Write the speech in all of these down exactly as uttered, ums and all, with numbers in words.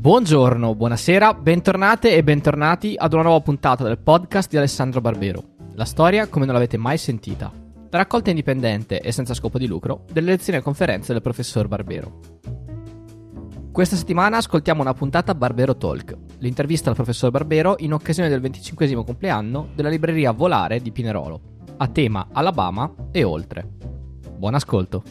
Buongiorno, buonasera, bentornate e bentornati ad una nuova puntata del podcast di Alessandro Barbero. La storia come non l'avete mai sentita. La raccolta indipendente e senza scopo di lucro delle lezioni e conferenze del professor Barbero. Questa settimana ascoltiamo una puntata Barbero Talk, l'intervista al professor Barbero in occasione del venticinquesimo compleanno della libreria Volare di Pinerolo, a tema Alabama e oltre. Buon ascolto.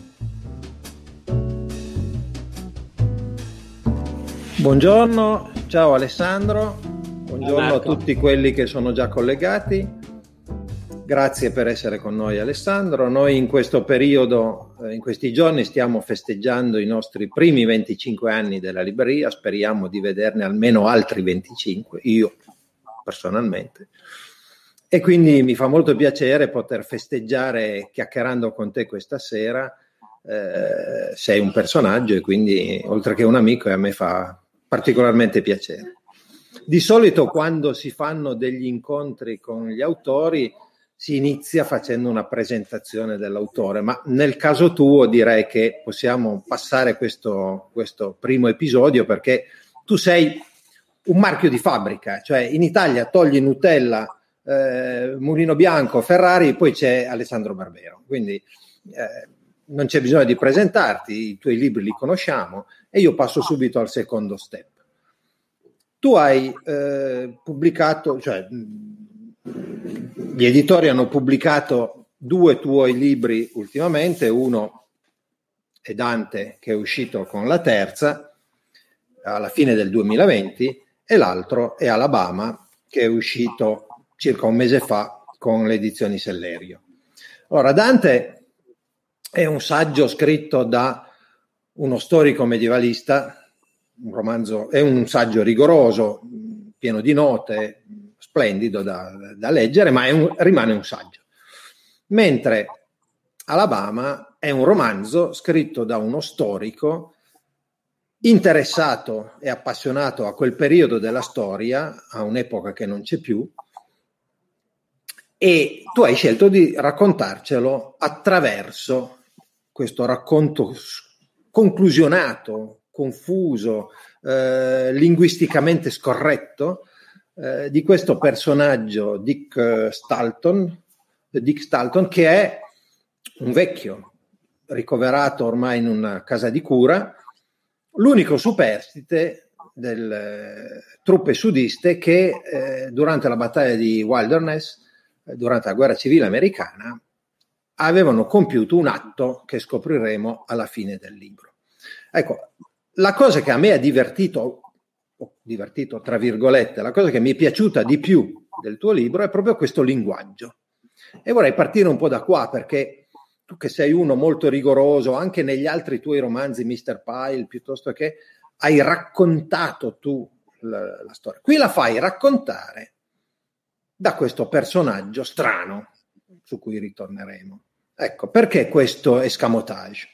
Buongiorno, ciao Alessandro, buongiorno a tutti quelli che sono già collegati, grazie per essere con noi Alessandro. Noi in questo periodo, in questi giorni stiamo festeggiando i nostri primi venticinque anni della libreria, speriamo di vederne almeno altri venticinque, io personalmente, e quindi mi fa molto piacere poter festeggiare chiacchierando con te questa sera. Eh, sei un personaggio e quindi oltre che un amico a me fa particolarmente piacere. Di solito quando si fanno degli incontri con gli autori si inizia facendo una presentazione dell'autore, ma nel caso tuo direi che possiamo passare questo, questo primo episodio perché tu sei un marchio di fabbrica, cioè in Italia togli Nutella, eh, Mulino Bianco, Ferrari, poi c'è Alessandro Barbero, quindi eh, non c'è bisogno di presentarti, i tuoi libri li conosciamo e io passo subito al secondo step. Tu hai eh, pubblicato, cioè gli editori hanno pubblicato due tuoi libri ultimamente, uno è Dante che è uscito con la terza alla fine del duemilaventi e l'altro è Alabama che è uscito circa un mese fa con le edizioni Sellerio. Allora, Dante è un saggio scritto da uno storico medievalista, un romanzo, è un saggio rigoroso, pieno di note, splendido da, da leggere, ma è un, rimane un saggio. Mentre Alabama è un romanzo scritto da uno storico interessato e appassionato a quel periodo della storia, a un'epoca che non c'è più, e tu hai scelto di raccontarcelo attraverso questo racconto conclusionato, confuso, eh, linguisticamente scorretto eh, di questo personaggio Dick Starlton, Dick Starlton, che è un vecchio ricoverato ormai in una casa di cura, l'unico superstite delle truppe sudiste che eh, durante la battaglia di Wilderness, eh, durante la guerra civile americana, avevano compiuto un atto che scopriremo alla fine del libro. Ecco, la cosa che a me ha divertito, oh, divertito tra virgolette, la cosa che mi è piaciuta di più del tuo libro è proprio questo linguaggio. E vorrei partire un po' da qua, perché tu che sei uno molto rigoroso, anche negli altri tuoi romanzi, mister Pyle, piuttosto che hai raccontato tu la, la storia. Qui la fai raccontare da questo personaggio strano, su cui ritorneremo. Ecco, perché questo escamotage?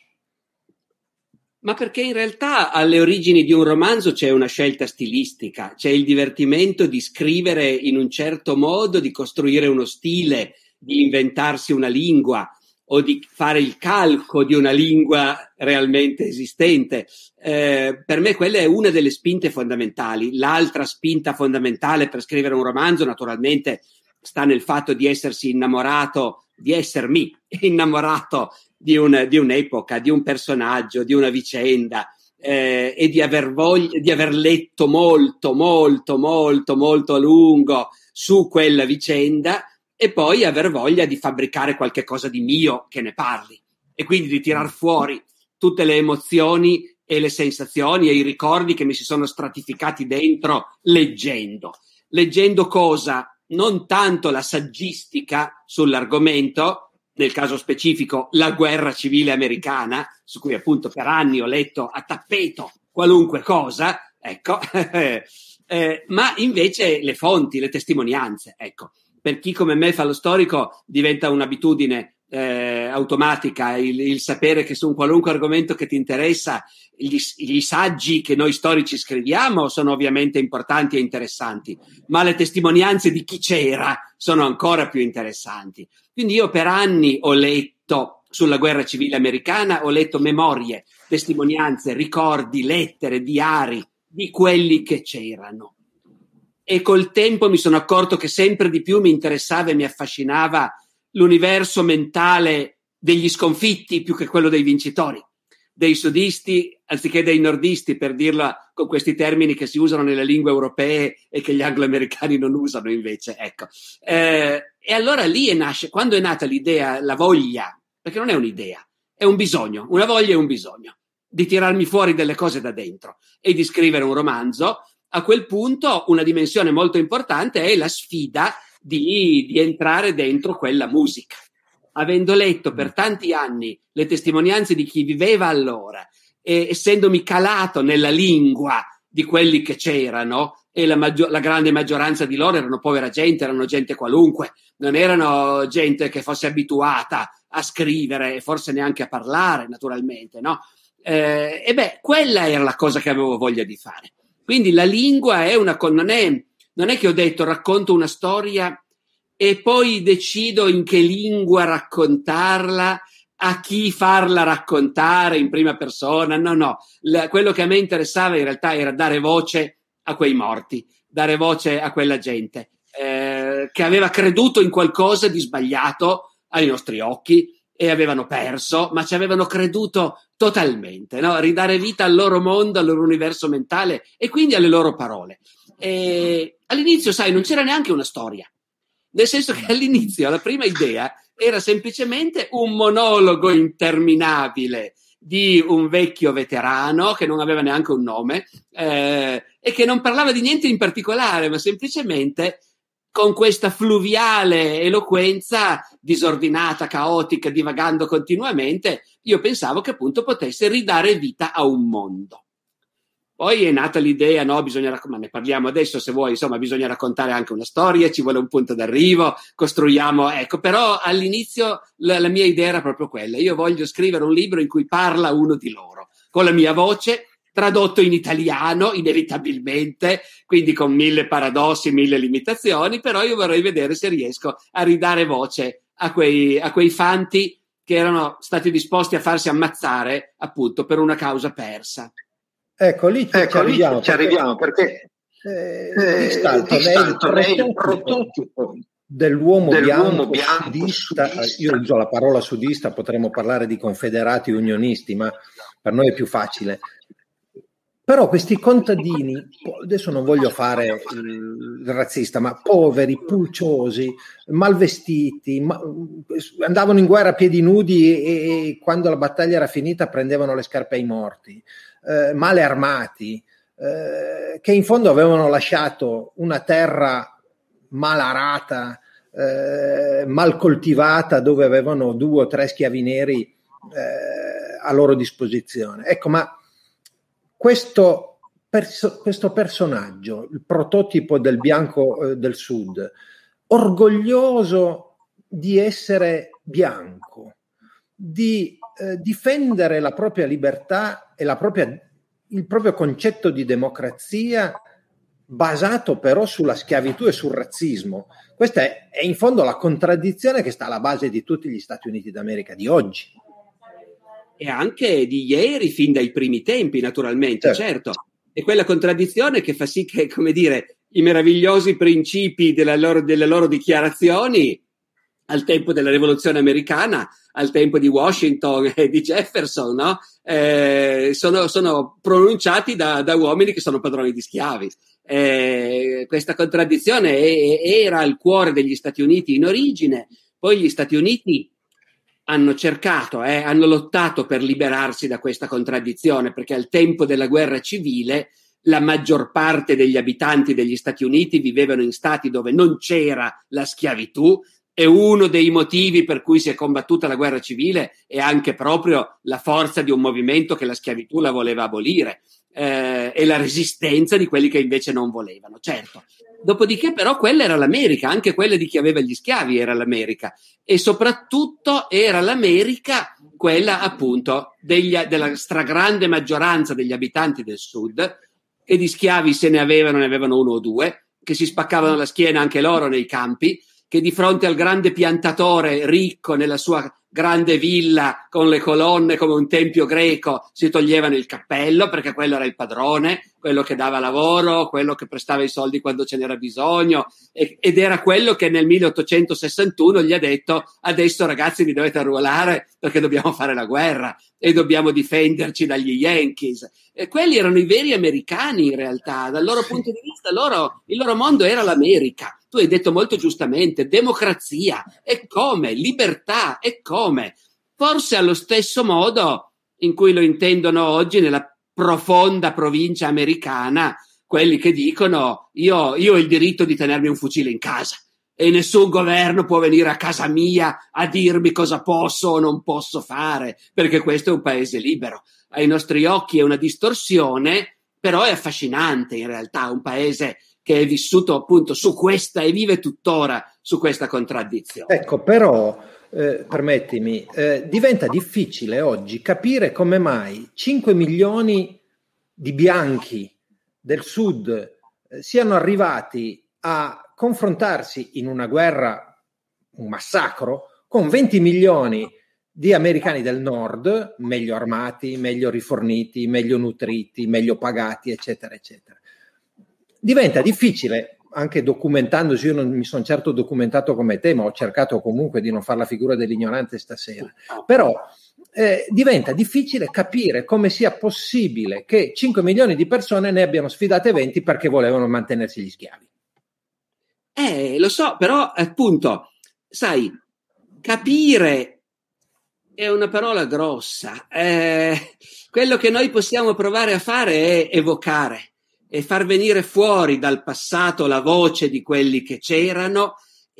Ma perché in realtà alle origini di un romanzo c'è una scelta stilistica, c'è il divertimento di scrivere in un certo modo, di costruire uno stile, di inventarsi una lingua o di fare il calco di una lingua realmente esistente. Eh, per me quella è una delle spinte fondamentali. L'altra spinta fondamentale per scrivere un romanzo, naturalmente, sta nel fatto di essersi innamorato, di essermi innamorato di, un, di un'epoca, di un personaggio, di una vicenda eh, e di aver voglia, di aver letto molto, molto, molto, molto a lungo su quella vicenda e poi aver voglia di fabbricare qualche cosa di mio che ne parli e quindi di tirar fuori tutte le emozioni e le sensazioni e i ricordi che mi si sono stratificati dentro leggendo. Leggendo cosa? Non tanto la saggistica sull'argomento, nel caso specifico la guerra civile americana, su cui appunto per anni ho letto a tappeto qualunque cosa, ecco, eh, ma invece le fonti, le testimonianze, ecco. Per chi come me fa lo storico diventa un'abitudine eh, automatica il, il sapere che su un qualunque argomento che ti interessa gli, gli saggi che noi storici scriviamo sono ovviamente importanti e interessanti, ma le testimonianze di chi c'era sono ancora più interessanti. Quindi io per anni ho letto sulla guerra civile americana, ho letto memorie, testimonianze, ricordi, lettere, diari di quelli che c'erano. E col tempo mi sono accorto che sempre di più mi interessava e mi affascinava l'universo mentale degli sconfitti più che quello dei vincitori, dei sudisti anziché dei nordisti, per dirla con questi termini che si usano nelle lingue europee e che gli anglo-americani non usano invece, ecco. Eh, e allora lì è nasce, quando è nata l'idea, la voglia, perché non è un'idea, è un bisogno, una voglia e un bisogno di tirarmi fuori delle cose da dentro e di scrivere un romanzo. A quel punto una dimensione molto importante è la sfida di, di entrare dentro quella musica. Avendo letto per tanti anni le testimonianze di chi viveva allora e essendomi calato nella lingua di quelli che c'erano, e la, maggior, la grande maggioranza di loro erano povera gente, erano gente qualunque, non erano gente che fosse abituata a scrivere e forse neanche a parlare, naturalmente, no? Eh, e beh, quella era la cosa che avevo voglia di fare. Quindi la lingua è una non è, non è che ho detto racconto una storia e poi decido in che lingua raccontarla, a chi farla raccontare in prima persona. No, no, la, quello che a me interessava in realtà era dare voce a quei morti, dare voce a quella gente eh, che aveva creduto in qualcosa di sbagliato ai nostri occhi e avevano perso, ma ci avevano creduto totalmente, no? Ridare vita al loro mondo, al loro universo mentale e quindi alle loro parole. E all'inizio, sai, non c'era neanche una storia, nel senso che all'inizio la prima idea era semplicemente un monologo interminabile di un vecchio veterano che non aveva neanche un nome eh, e che non parlava di niente in particolare, ma semplicemente con questa fluviale eloquenza disordinata, caotica, divagando continuamente, io pensavo che appunto potesse ridare vita a un mondo. Poi è nata l'idea, no, bisogna raccontare, ne parliamo adesso se vuoi, insomma, bisogna raccontare anche una storia, ci vuole un punto d'arrivo, costruiamo, ecco, però all'inizio la, la mia idea era proprio quella, io voglio scrivere un libro in cui parla uno di loro, con la mia voce, tradotto in italiano, inevitabilmente, quindi con mille paradossi, mille limitazioni, però io vorrei vedere se riesco a ridare voce a quei, a quei fanti che erano stati disposti a farsi ammazzare, appunto, per una causa persa. Ecco, lì ci, ecco, ci arriviamo, lì ci arriviamo perché, perché eh, Distalton è il prototipo dell'uomo, dell'uomo bianco, bianco sudista. sudista. Io uso la parola sudista, potremmo parlare di confederati unionisti, ma per noi è più facile. Però questi contadini, adesso non voglio fare il razzista, ma poveri, pulciosi, malvestiti, ma, andavano in guerra a piedi nudi e, e quando la battaglia era finita prendevano le scarpe ai morti, eh, male armati, eh, che in fondo avevano lasciato una terra mal arata, eh, mal coltivata, dove avevano due o tre schiavi neri eh, a loro disposizione. Ecco, ma Questo, perso- questo personaggio, il prototipo del bianco eh, del sud, orgoglioso di essere bianco, di eh, difendere la propria libertà e la propria, il proprio concetto di democrazia basato però sulla schiavitù e sul razzismo. Questa è, è in fondo la contraddizione che sta alla base di tutti gli Stati Uniti d'America di oggi. E anche di ieri, fin dai primi tempi, naturalmente, certo. certo. E quella contraddizione che fa sì che, come dire, i meravigliosi principi della loro, delle loro dichiarazioni al tempo della rivoluzione americana, al tempo di Washington e di Jefferson, no? Eh, sono, sono pronunciati da, da uomini che sono padroni di schiavi. Eh, questa contraddizione è, era al cuore degli Stati Uniti in origine, poi gli Stati Uniti hanno cercato, eh, hanno lottato per liberarsi da questa contraddizione, perché al tempo della guerra civile la maggior parte degli abitanti degli Stati Uniti vivevano in stati dove non c'era la schiavitù, e uno dei motivi per cui si è combattuta la guerra civile è anche proprio la forza di un movimento che la schiavitù la voleva abolire, eh, e la resistenza di quelli che invece non volevano, certo. Dopodiché però quella era l'America, anche quella di chi aveva gli schiavi era l'America, e soprattutto era l'America quella appunto degli, della stragrande maggioranza degli abitanti del sud, che di schiavi se ne avevano, ne avevano uno o due, che si spaccavano la schiena anche loro nei campi, che di fronte al grande piantatore ricco nella sua grande villa con le colonne come un tempio greco si toglievano il cappello, perché quello era il padrone, quello che dava lavoro, quello che prestava i soldi quando ce n'era bisogno, e, ed era quello che nel milleottocentosessantuno gli ha detto: adesso ragazzi vi dovete arruolare perché dobbiamo fare la guerra e dobbiamo difenderci dagli Yankees. E quelli erano i veri americani in realtà, dal loro punto di vista loro, il loro mondo era l'America. Tu hai detto molto giustamente, democrazia, e come? Libertà, e come? Forse allo stesso modo in cui lo intendono oggi nella profonda provincia americana quelli che dicono io, io ho il diritto di tenermi un fucile in casa e nessun governo può venire a casa mia a dirmi cosa posso o non posso fare, perché questo è un paese libero. Ai nostri occhi è una distorsione, però è affascinante in realtà, un paese che è vissuto appunto su questa e vive tuttora su questa contraddizione. Ecco, però, eh, permettimi, eh, diventa difficile oggi capire come mai cinque milioni di bianchi del sud eh, siano arrivati a confrontarsi in una guerra, un massacro, con venti milioni di americani del nord, meglio armati, meglio riforniti, meglio nutriti, meglio pagati, eccetera, eccetera. Diventa difficile, anche documentandosi, io non mi sono certo documentato come te, ma ho cercato comunque di non fare la figura dell'ignorante stasera, però eh, diventa difficile capire come sia possibile che cinque milioni di persone ne abbiano sfidate venti perché volevano mantenersi gli schiavi. Eh, lo so, però appunto, sai, capire è una parola grossa. Eh, quello che noi possiamo provare a fare è evocare e far venire fuori dal passato la voce di quelli che c'erano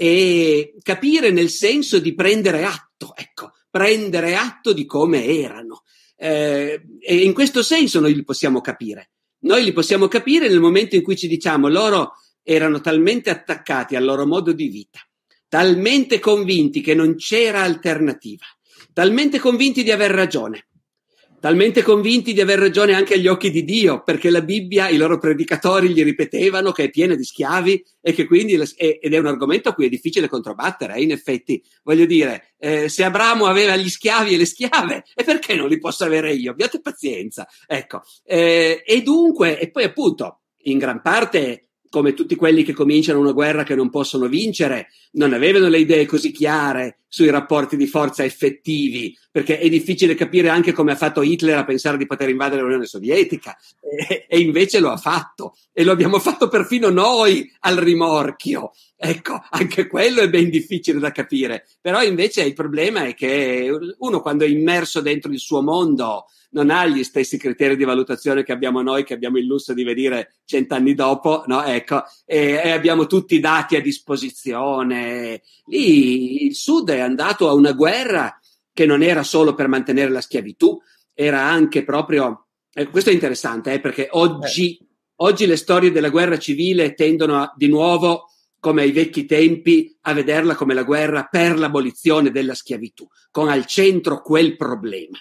e capire nel senso di prendere atto, ecco, prendere atto di come erano. Eh, e in questo senso noi li possiamo capire. Noi li possiamo capire nel momento in cui ci diciamo loro erano talmente attaccati al loro modo di vita, talmente convinti che non c'era alternativa, talmente convinti di aver ragione, talmente convinti di aver ragione anche agli occhi di Dio, perché la Bibbia, i loro predicatori gli ripetevano che è piena di schiavi e che quindi, ed è un argomento a cui è difficile controbattere, eh, in effetti, voglio dire, eh, se Abramo aveva gli schiavi e le schiave, e perché non li posso avere io? Abbiate pazienza, ecco, eh, e dunque, e poi appunto, in gran parte, come tutti quelli che cominciano una guerra che non possono vincere, non avevano le idee così chiare sui rapporti di forza effettivi, perché è difficile capire anche come ha fatto Hitler a pensare di poter invadere l'Unione Sovietica, e, e invece lo ha fatto, e lo abbiamo fatto perfino noi al rimorchio. Ecco, anche quello è ben difficile da capire, però invece il problema è che uno, quando è immerso dentro il suo mondo, non ha gli stessi criteri di valutazione che abbiamo noi, che abbiamo il lusso di vedere cent'anni dopo, no? Ecco, e, e abbiamo tutti i dati a disposizione. Lì il Sud è andato a una guerra che non era solo per mantenere la schiavitù, era anche proprio, eh, questo è interessante, eh, perché oggi, oggi le storie della guerra civile tendono a, di nuovo, come ai vecchi tempi, a vederla come la guerra per l'abolizione della schiavitù, con al centro quel problema.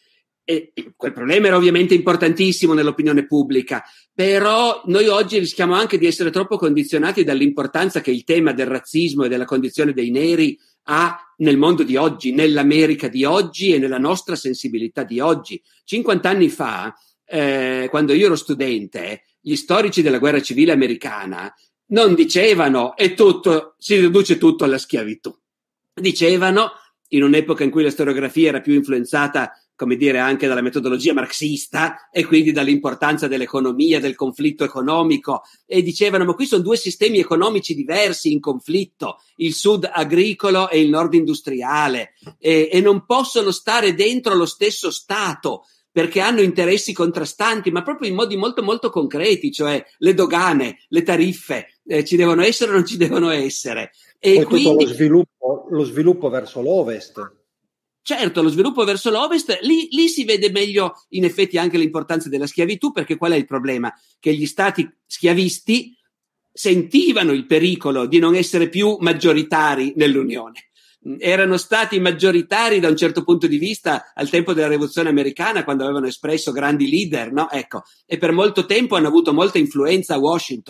E quel problema era ovviamente importantissimo nell'opinione pubblica, però noi oggi rischiamo anche di essere troppo condizionati dall'importanza che il tema del razzismo e della condizione dei neri ha nel mondo di oggi, nell'America di oggi e nella nostra sensibilità di oggi. cinquant'anni fa, eh, quando io ero studente, gli storici della guerra civile americana non dicevano e tutto, si riduce tutto alla schiavitù. Dicevano, in un'epoca in cui la storiografia era più influenzata, come dire, anche dalla metodologia marxista e quindi dall'importanza dell'economia, del conflitto economico, e dicevano ma qui sono due sistemi economici diversi in conflitto, il sud agricolo e il nord industriale, e, e non possono stare dentro lo stesso Stato perché hanno interessi contrastanti, ma proprio in modi molto molto concreti, cioè le dogane, le tariffe, eh, ci devono essere o non ci devono essere. E poi quindi tutto lo sviluppo, lo sviluppo verso l'ovest. Certo, lo sviluppo verso l'ovest, lì, lì si vede meglio in effetti anche l'importanza della schiavitù, perché qual è il problema? Che gli stati schiavisti sentivano il pericolo di non essere più maggioritari nell'Unione. Erano stati maggioritari da un certo punto di vista al tempo della rivoluzione americana, quando avevano espresso grandi leader, no? Ecco, e per molto tempo hanno avuto molta influenza a Washington.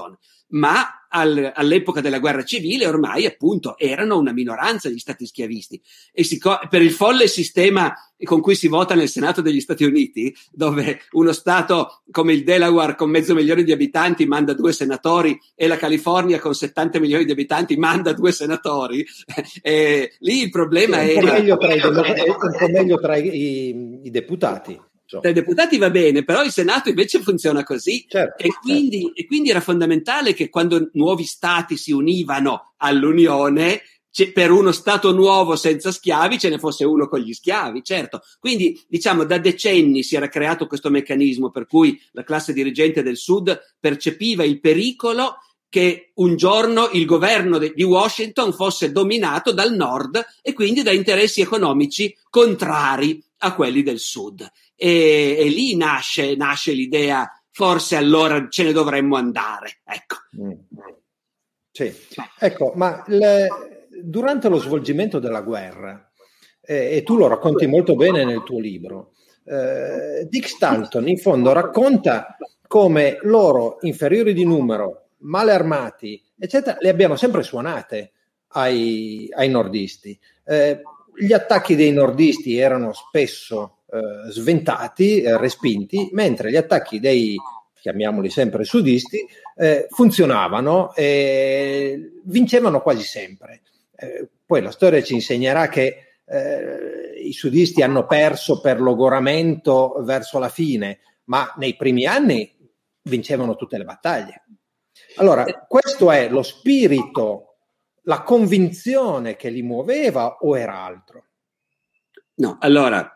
ma al, all'epoca della guerra civile ormai appunto erano una minoranza gli stati schiavisti e si, per il folle sistema con cui si vota nel Senato degli Stati Uniti, dove uno stato come il Delaware con mezzo milione di abitanti manda due senatori e la California con settanta milioni di abitanti manda due senatori, e lì il problema è è... Un po' meglio tra, i, un po' meglio tra i, i, i deputati. Tra i deputati va bene, però il Senato invece funziona così. Certo, e, quindi, certo. e quindi era fondamentale che quando nuovi stati si univano all'Unione, per uno stato nuovo senza schiavi ce ne fosse uno con gli schiavi, certo. Quindi diciamo da decenni si era creato questo meccanismo per cui la classe dirigente del Sud percepiva il pericolo che un giorno il governo de- di Washington fosse dominato dal Nord e quindi da interessi economici contrari a quelli del Sud. E, e lì nasce, nasce l'idea, forse allora ce ne dovremmo andare, ecco. Mm. Sì, ecco, ma le, durante lo svolgimento della guerra, eh, e tu lo racconti molto bene nel tuo libro, eh, Dick Stanton in fondo racconta come loro, inferiori di numero, male armati, eccetera, le abbiano sempre suonate ai, ai nordisti. Eh, gli attacchi dei nordisti erano spesso eh, sventati, eh, respinti, mentre gli attacchi dei, chiamiamoli sempre sudisti, eh, funzionavano e vincevano quasi sempre. Eh, poi la storia ci insegnerà che eh, i sudisti hanno perso per logoramento verso la fine, ma nei primi anni vincevano tutte le battaglie. Allora, questo è lo spirito, la convinzione che li muoveva o era altro? No, allora,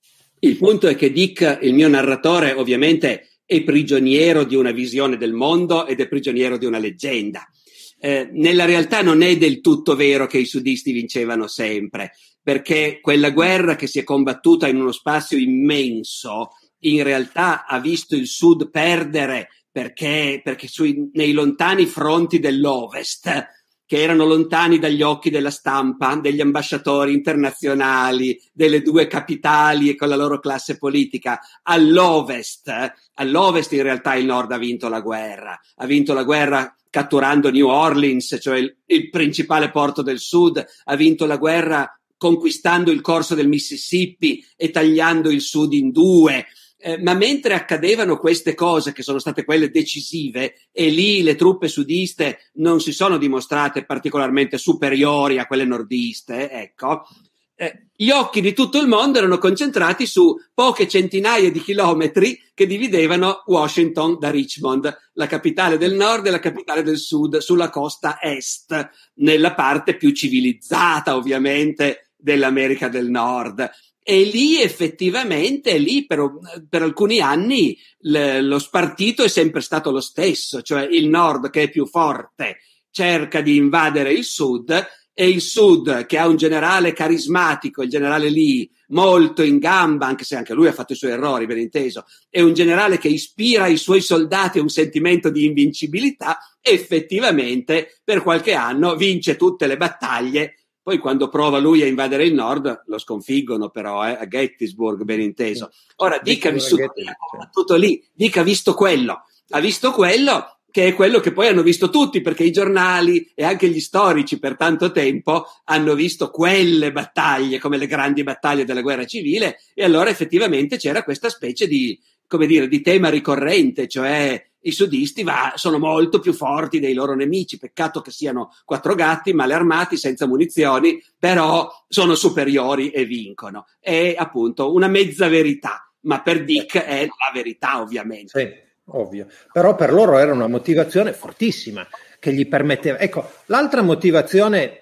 il punto è che Dick, il mio narratore, ovviamente è prigioniero di una visione del mondo ed è prigioniero di una leggenda. Eh, nella realtà non è del tutto vero che i sudisti vincevano sempre, perché quella guerra che si è combattuta in uno spazio immenso, in realtà ha visto il Sud perdere perché, perché sui, nei lontani fronti dell'Ovest, che erano lontani dagli occhi della stampa, degli ambasciatori internazionali, delle due capitali e con la loro classe politica, all'Ovest, all'Ovest in realtà il Nord ha vinto la guerra, ha vinto la guerra catturando New Orleans, cioè il, il principale porto del Sud, ha vinto la guerra conquistando il corso del Mississippi e tagliando il Sud in due. Eh, ma mentre accadevano queste cose che sono state quelle decisive e lì le truppe sudiste non si sono dimostrate particolarmente superiori a quelle nordiste, ecco, eh, gli occhi di tutto il mondo erano concentrati su poche centinaia di chilometri che dividevano Washington da Richmond, la capitale del nord e la capitale del sud, sulla costa est, nella parte più civilizzata ovviamente dell'America del Nord. E lì effettivamente, lì per, per alcuni anni l, lo spartito è sempre stato lo stesso, cioè il nord che è più forte cerca di invadere il sud e il sud che ha un generale carismatico, il generale Lee, molto in gamba, anche se anche lui ha fatto i suoi errori, ben inteso, è un generale che ispira ai suoi soldati un sentimento di invincibilità, effettivamente per qualche anno vince tutte le battaglie. Poi quando prova lui a invadere il nord lo sconfiggono però eh, a Gettysburg, ben inteso. Ora Dick ha vissuto, tutto lì, Dick ha visto quello, ha visto quello che è quello che poi hanno visto tutti, perché i giornali e anche gli storici per tanto tempo hanno visto quelle battaglie come le grandi battaglie della guerra civile, e allora effettivamente c'era questa specie di, come dire, di tema ricorrente, cioè i sudisti va, sono molto più forti dei loro nemici, peccato che siano quattro gatti male armati, senza munizioni, però sono superiori e vincono. È appunto una mezza verità, ma per Dick è la verità ovviamente. Sì, ovvio. Però per loro era una motivazione fortissima che gli permetteva. Ecco, l'altra motivazione,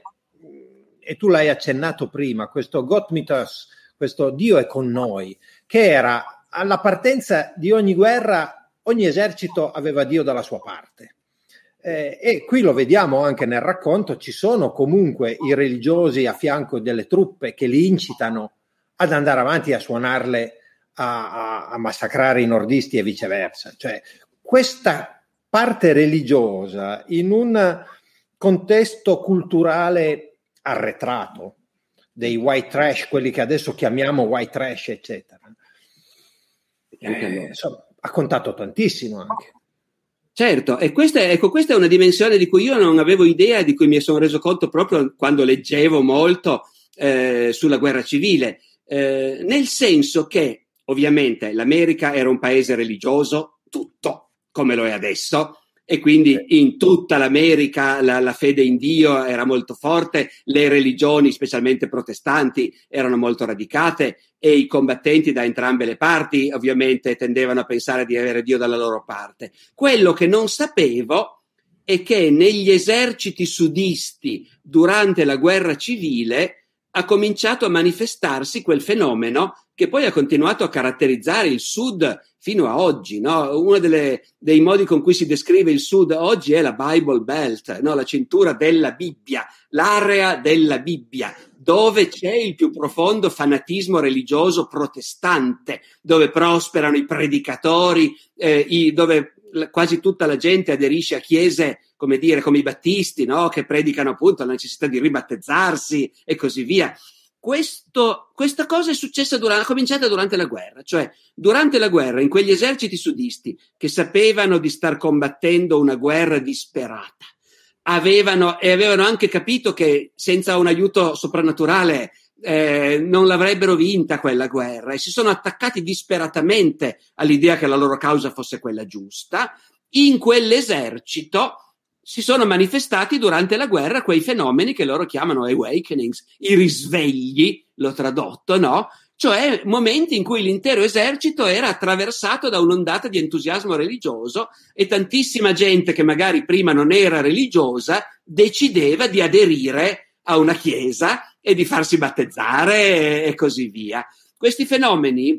e tu l'hai accennato prima, questo Gott mit uns, questo Dio è con noi, che era alla partenza di ogni guerra. Ogni esercito aveva Dio dalla sua parte eh, e qui lo vediamo anche nel racconto, ci sono comunque i religiosi a fianco delle truppe che li incitano ad andare avanti a suonarle, a, a, a massacrare i nordisti e viceversa. Cioè questa parte religiosa in un contesto culturale arretrato dei white trash, quelli che adesso chiamiamo white trash eccetera, eh, insomma ha contato tantissimo anche. Certo, e questa è, ecco, questa è una dimensione di cui io non avevo idea e di cui mi sono reso conto proprio quando leggevo molto eh, sulla guerra civile, eh, nel senso che ovviamente l'America era un paese religioso, tutto come lo è adesso, e quindi in tutta l'America la, la fede in Dio era molto forte, le religioni, specialmente protestanti, erano molto radicate e i combattenti da entrambe le parti ovviamente tendevano a pensare di avere Dio dalla loro parte. Quello che non sapevo è che negli eserciti sudisti durante la guerra civile ha cominciato a manifestarsi quel fenomeno che poi ha continuato a caratterizzare il Sud fino a oggi, no? Uno delle, dei modi con cui si descrive il Sud oggi è la Bible Belt, no? La cintura della Bibbia, l'area della Bibbia, dove c'è il più profondo fanatismo religioso protestante, dove prosperano i predicatori, eh, i, dove quasi tutta la gente aderisce a chiese, come dire, come i battisti, no? Che predicano appunto la necessità di ribattezzarsi e così via. Questo, questa cosa è successa durante, cominciata durante la guerra, cioè durante la guerra in quegli eserciti sudisti che sapevano di star combattendo una guerra disperata, avevano e avevano anche capito che senza un aiuto soprannaturale eh, non l'avrebbero vinta quella guerra, e si sono attaccati disperatamente all'idea che la loro causa fosse quella giusta. In quell'esercito si sono manifestati durante la guerra quei fenomeni che loro chiamano awakenings, i risvegli, l'ho tradotto, no? Cioè momenti in cui l'intero esercito era attraversato da un'ondata di entusiasmo religioso e tantissima gente che magari prima non era religiosa decideva di aderire a una chiesa e di farsi battezzare e così via. Questi fenomeni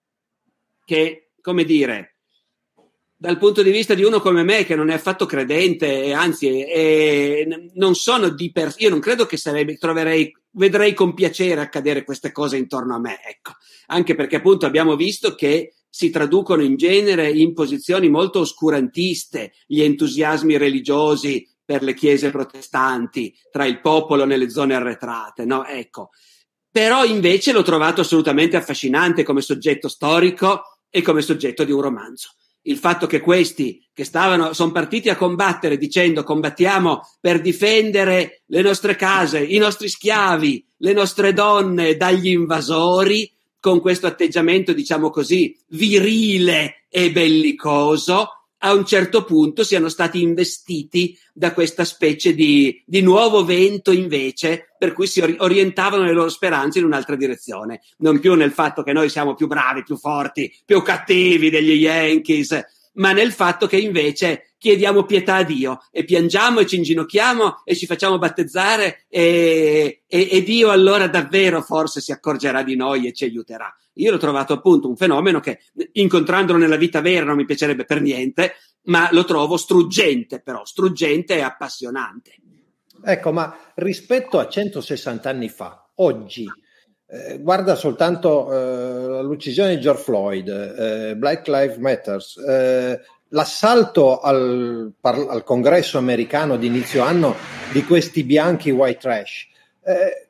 che, come dire, dal punto di vista di uno come me che non è affatto credente e anzi è, è, non sono di per io non credo che sarebbe, troverei, vedrei con piacere accadere queste cose intorno a me, ecco, anche perché appunto abbiamo visto che si traducono in genere in posizioni molto oscurantiste gli entusiasmi religiosi per le chiese protestanti tra il popolo nelle zone arretrate, no? Ecco, però invece l'ho trovato assolutamente affascinante come soggetto storico e come soggetto di un romanzo. Il fatto che questi che stavano, sono partiti a combattere dicendo combattiamo per difendere le nostre case, i nostri schiavi, le nostre donne dagli invasori, con questo atteggiamento, diciamo così, virile e bellicoso, a un certo punto siano stati investiti da questa specie di, di nuovo vento invece, per cui si orientavano le loro speranze in un'altra direzione, non più nel fatto che noi siamo più bravi, più forti, più cattivi degli Yankees, ma nel fatto che invece chiediamo pietà a Dio e piangiamo e ci inginocchiamo e ci facciamo battezzare e, e, e Dio allora davvero forse si accorgerà di noi e ci aiuterà. Io l'ho trovato appunto un fenomeno che incontrandolo nella vita vera non mi piacerebbe per niente, ma lo trovo struggente, però struggente e appassionante. Ecco, ma rispetto a centosessanta anni fa, oggi, eh, guarda soltanto eh, l'uccisione di George Floyd, eh, Black Lives Matter, eh, l'assalto al, par- al congresso americano di inizio anno di questi bianchi white trash. Eh,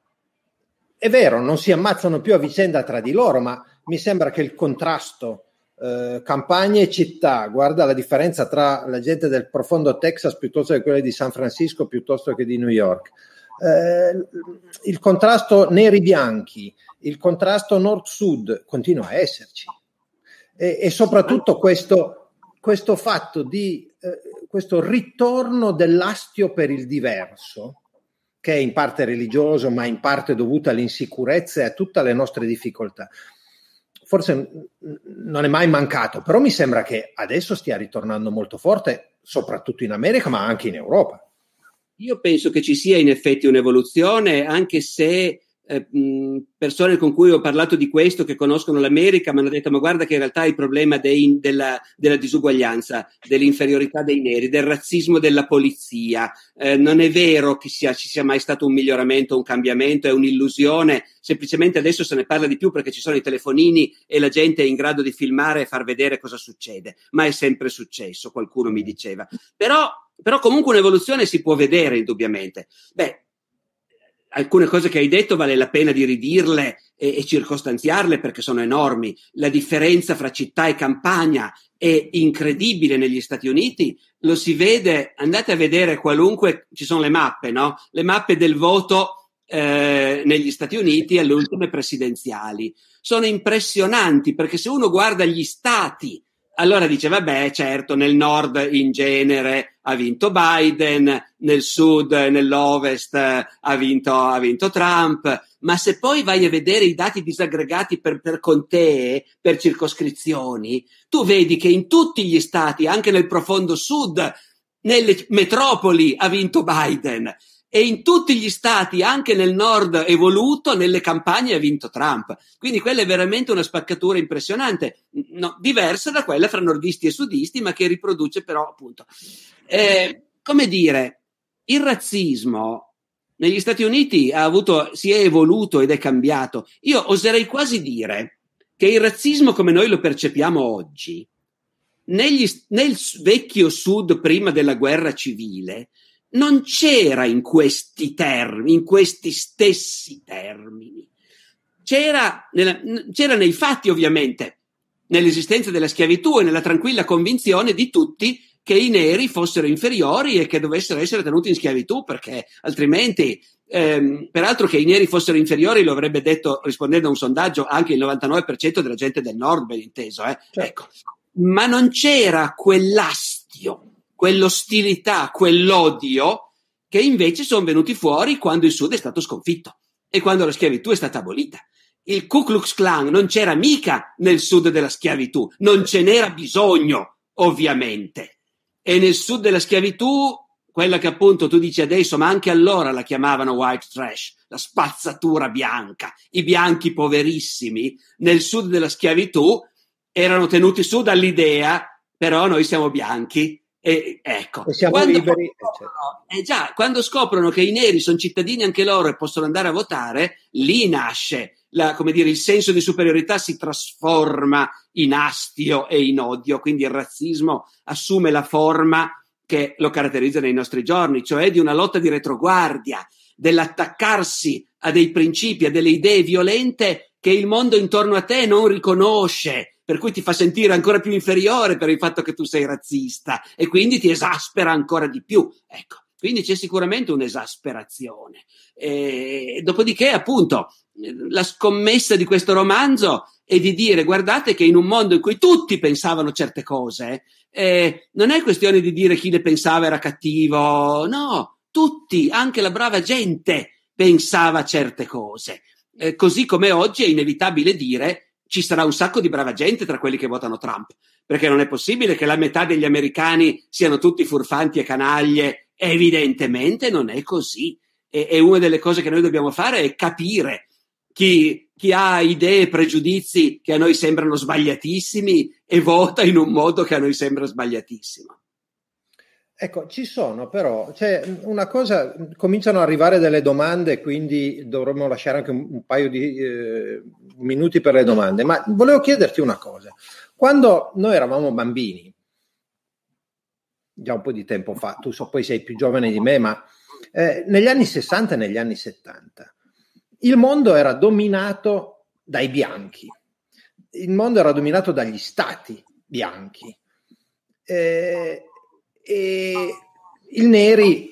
è vero, non si ammazzano più a vicenda tra di loro, ma mi sembra che il contrasto eh, campagne e città, guarda la differenza tra la gente del profondo Texas piuttosto che quella di San Francisco piuttosto che di New York, eh, il contrasto neri-bianchi, il contrasto nord-sud continua a esserci e, e soprattutto questo, questo fatto di eh, questo ritorno dell'astio per il diverso, che è in parte religioso, ma in parte dovuto all'insicurezza e a tutte le nostre difficoltà. Forse non è mai mancato, però mi sembra che adesso stia ritornando molto forte, soprattutto in America, ma anche in Europa. Io penso che ci sia in effetti un'evoluzione, anche se eh, persone con cui ho parlato di questo, che conoscono l'America, mi hanno detto ma guarda che in realtà il problema dei, della, della disuguaglianza, dell'inferiorità dei neri, del razzismo della polizia, eh, non è vero che sia, ci sia mai stato un miglioramento, un cambiamento, è un'illusione, semplicemente adesso se ne parla di più perché ci sono i telefonini e la gente è in grado di filmare e far vedere cosa succede, ma è sempre successo, qualcuno mi diceva. Però, però comunque un'evoluzione si può vedere indubbiamente. Beh, alcune cose che hai detto vale la pena di ridirle e, e circostanziarle perché sono enormi. La differenza fra città e campagna è incredibile negli Stati Uniti, lo si vede, andate a vedere qualunque, ci sono le mappe, no? Le mappe del voto eh, negli Stati Uniti alle ultime presidenziali. Sono impressionanti, perché se uno guarda gli stati, allora dice, vabbè, certo, nel nord in genere ha vinto Biden, nel sud, nell'ovest ha vinto, ha vinto Trump, ma se poi vai a vedere i dati disaggregati per, per contee, per circoscrizioni, tu vedi che in tutti gli stati, anche nel profondo sud, nelle metropoli ha vinto Biden, e in tutti gli stati, anche nel nord evoluto, nelle campagne ha vinto Trump. Quindi quella è veramente una spaccatura impressionante, no, diversa da quella fra nordisti e sudisti, ma che riproduce però appunto. Eh, come dire, il razzismo negli Stati Uniti ha avuto, si è evoluto ed è cambiato. Io oserei quasi dire che il razzismo come noi lo percepiamo oggi, negli, nel vecchio sud prima della guerra civile, non c'era in questi termini, in questi stessi termini. C'era, nella, c'era nei fatti, ovviamente, nell'esistenza della schiavitù e nella tranquilla convinzione di tutti che i neri fossero inferiori e che dovessero essere tenuti in schiavitù, perché altrimenti, ehm, peraltro che i neri fossero inferiori lo avrebbe detto, rispondendo a un sondaggio, anche il novantanove per cento della gente del nord, ben inteso, eh? Certo. Ecco. Ma non c'era quell'astio, quell'ostilità, quell'odio che invece sono venuti fuori quando il Sud è stato sconfitto e quando la schiavitù è stata abolita. Il Ku Klux Klan non c'era mica nel Sud della schiavitù, non ce n'era bisogno, ovviamente. E nel Sud della schiavitù, quella che appunto tu dici adesso, ma anche allora la chiamavano white trash, la spazzatura bianca, i bianchi poverissimi, nel Sud della schiavitù erano tenuti su dall'idea, però noi siamo bianchi. E ecco, e siamo quando liberi, scoprono, eh già, quando scoprono che i neri sono cittadini anche loro e possono andare a votare, lì nasce la, come dire, il senso di superiorità si trasforma in astio e in odio, quindi il razzismo assume la forma che lo caratterizza nei nostri giorni, cioè di una lotta di retroguardia, dell'attaccarsi a dei principi, a delle idee violente che il mondo intorno a te non riconosce, per cui ti fa sentire ancora più inferiore per il fatto che tu sei razzista e quindi ti esaspera ancora di più. Ecco, quindi c'è sicuramente un'esasperazione. E dopodiché, appunto, la scommessa di questo romanzo è di dire, guardate che in un mondo in cui tutti pensavano certe cose, eh, non è questione di dire chi le pensava era cattivo, no, tutti, anche la brava gente pensava certe cose. Eh, così come oggi è inevitabile dire ci sarà un sacco di brava gente tra quelli che votano Trump, perché non è possibile che la metà degli americani siano tutti furfanti e canaglie. Evidentemente non è così. E, e una delle cose che noi dobbiamo fare è capire chi, chi ha idee e pregiudizi che a noi sembrano sbagliatissimi e vota in un modo che a noi sembra sbagliatissimo. Ecco, ci sono però, cioè una cosa, cominciano ad arrivare delle domande, quindi dovremmo lasciare anche un, un paio di eh, minuti per le domande, ma volevo chiederti una cosa. Quando noi eravamo bambini, già un po' di tempo fa, tu so poi sei più giovane di me, ma eh, negli anni sessanta e negli anni settanta il mondo era dominato dai bianchi, il mondo era dominato dagli stati bianchi. Eh, e i neri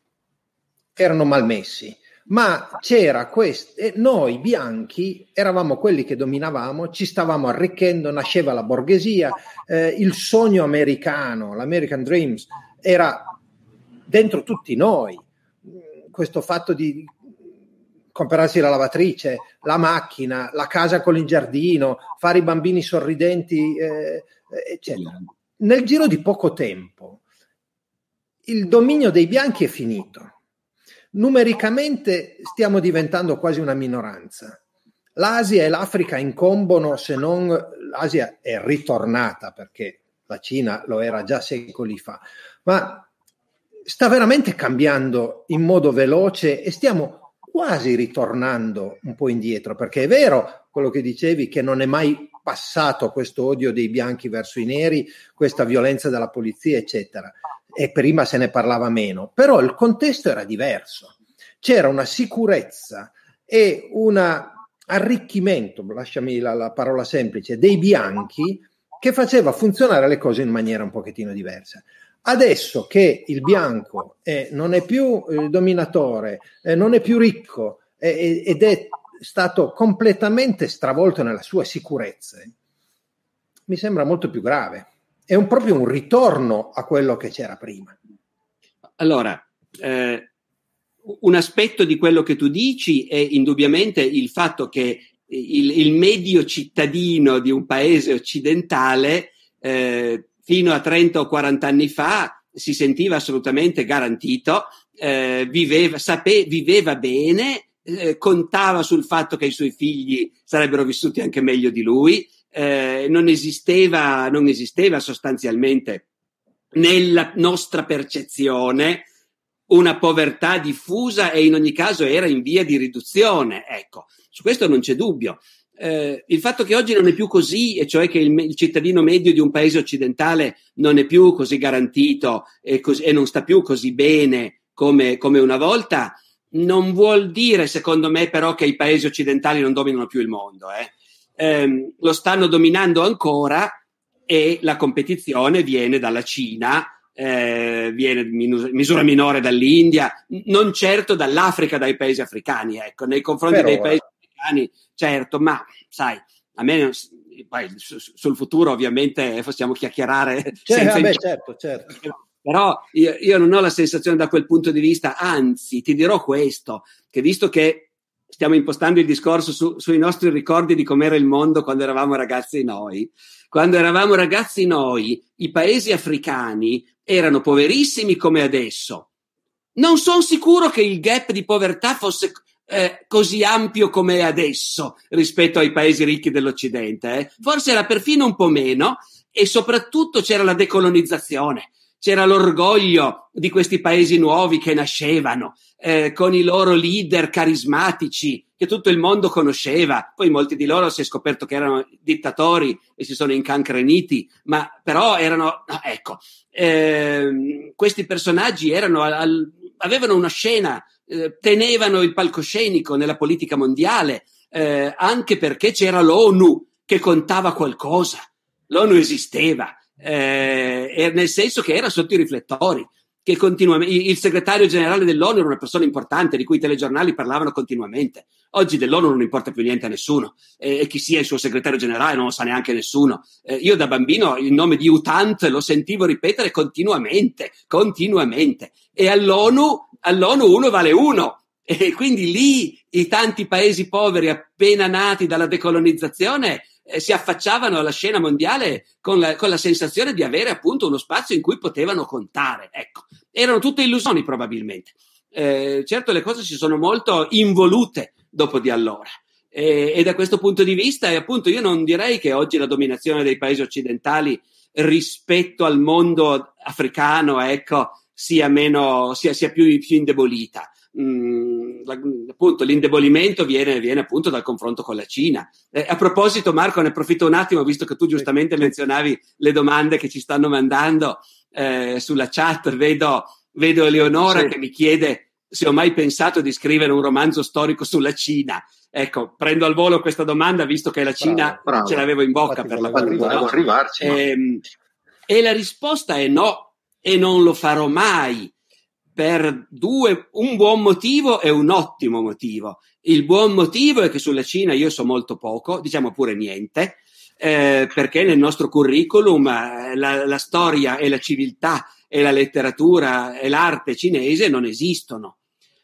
erano malmessi, ma c'era questo, e noi bianchi eravamo quelli che dominavamo, ci stavamo arricchendo, nasceva la borghesia, eh, il sogno americano, l'American Dreams era dentro tutti noi, questo fatto di comprarsi la lavatrice, la macchina, la casa con il giardino, fare i bambini sorridenti, eh, eccetera. Nel giro di poco tempo il dominio dei bianchi è finito. Numericamente stiamo diventando quasi una minoranza. L'Asia e l'Africa incombono, se non l'Asia è ritornata, perché la Cina lo era già secoli fa, ma sta veramente cambiando in modo veloce e stiamo quasi ritornando un po' indietro, perché è vero quello che dicevi, che non è mai passato questo odio dei bianchi verso i neri, questa violenza della polizia, eccetera. E prima se ne parlava meno, però il contesto era diverso, c'era una sicurezza e un arricchimento, lasciami la, la parola semplice, dei bianchi che faceva funzionare le cose in maniera un pochettino diversa. Adesso che il bianco eh, non è più il dominatore, eh, non è più ricco eh, ed è stato completamente stravolto nella sua sicurezza, mi sembra molto più grave. È un, proprio un ritorno a quello che c'era prima. Allora, eh, un aspetto di quello che tu dici è indubbiamente il fatto che il, il medio cittadino di un paese occidentale eh, fino a trenta o quaranta anni fa si sentiva assolutamente garantito, eh, viveva, sape, viveva bene, eh, contava sul fatto che i suoi figli sarebbero vissuti anche meglio di lui. Eh, non esisteva, non esisteva sostanzialmente nella nostra percezione una povertà diffusa e in ogni caso era in via di riduzione. Ecco, su questo non c'è dubbio. Eh, il fatto che oggi non è più così, e cioè che il, il cittadino medio di un paese occidentale non è più così garantito e, cos- e non sta più così bene come, come una volta, non vuol dire, secondo me, però, che i paesi occidentali non dominano più il mondo, eh. Eh, lo stanno dominando ancora e la competizione viene dalla Cina, eh, viene in misura minore dall'India, non certo dall'Africa, dai paesi africani, ecco, nei confronti Però, dei paesi africani, certo, ma sai, a me poi, su, sul futuro ovviamente possiamo chiacchierare cioè, senza vabbè, certo, certo. Però io, io non ho la sensazione da quel punto di vista, anzi ti dirò questo, che visto che stiamo impostando il discorso su, sui nostri ricordi di com'era il mondo quando eravamo ragazzi noi. Quando eravamo ragazzi noi, i paesi africani erano poverissimi come adesso. Non sono sicuro che il gap di povertà fosse eh, così ampio come è adesso rispetto ai paesi ricchi dell'Occidente. Eh. Forse era perfino un po' meno e soprattutto c'era la decolonizzazione. C'era l'orgoglio di questi paesi nuovi che nascevano, eh, con i loro leader carismatici che tutto il mondo conosceva. Poi molti di loro si è scoperto che erano dittatori e si sono incancreniti, ma però erano, ecco, eh, questi personaggi erano al, avevano una scena, eh, tenevano il palcoscenico nella politica mondiale, eh, anche perché c'era l'ONU che contava qualcosa. L'ONU esisteva. Eh, nel senso che era sotto i riflettori, che continuamente il segretario generale dell'ONU era una persona importante di cui i telegiornali parlavano continuamente. Oggi dell'ONU non importa più niente a nessuno, eh, e chi sia il suo segretario generale non lo sa neanche nessuno. Eh, io da bambino il nome di U T A N T lo sentivo ripetere continuamente, continuamente, e all'ONU, all'ONU uno vale uno. E quindi lì i tanti paesi poveri appena nati dalla decolonizzazione eh, si affacciavano alla scena mondiale con la, con la sensazione di avere appunto uno spazio in cui potevano contare. Ecco, erano tutte illusioni probabilmente. Eh, certo le cose si sono molto involute dopo di allora. E, e da questo punto di vista, e appunto io non direi che oggi la dominazione dei paesi occidentali rispetto al mondo africano, ecco, sia meno, sia, sia più, più indebolita. Mm, la, appunto l'indebolimento viene, viene appunto dal confronto con la Cina. Eh, a proposito, Marco, ne approfitto un attimo, visto che tu giustamente menzionavi le domande che ci stanno mandando eh, sulla chat. Vedo, vedo Eleonora sì. che mi chiede se ho mai pensato di scrivere un romanzo storico sulla Cina. Ecco, prendo al volo questa domanda, visto che la Cina bravo, bravo. ce l'avevo in bocca. Infatti, per la volevo arrivarci. E, e la risposta è no, e non lo farò mai. Per due, un buon motivo e un ottimo motivo. Il buon motivo è che sulla Cina io so molto poco, diciamo pure niente, eh, perché nel nostro curriculum eh, la, la storia e la civiltà e la letteratura e l'arte cinese non esistono.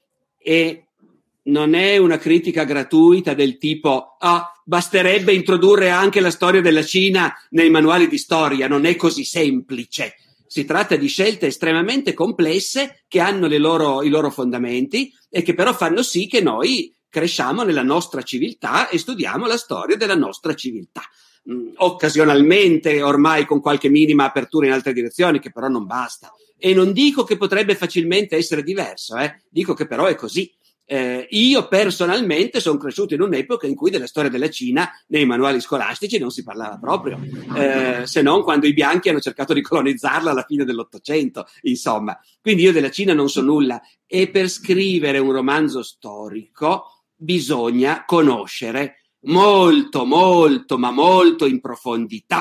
E non è una critica gratuita del tipo ah, basterebbe introdurre anche la storia della Cina nei manuali di storia, non è così semplice. Si tratta di scelte estremamente complesse che hanno le loro, i loro fondamenti e che però fanno sì che noi cresciamo nella nostra civiltà e studiamo la storia della nostra civiltà. Mm, occasionalmente, ormai con qualche minima apertura in altre direzioni, che però non basta. E non dico che potrebbe facilmente essere diverso, eh? Dico che però è così. Eh, io personalmente sono cresciuto in un'epoca in cui della storia della Cina nei manuali scolastici non si parlava proprio, eh, se non quando i bianchi hanno cercato di colonizzarla alla fine dell'Ottocento, insomma. Quindi io della Cina non so nulla, e per scrivere un romanzo storico bisogna conoscere molto, molto, ma molto in profondità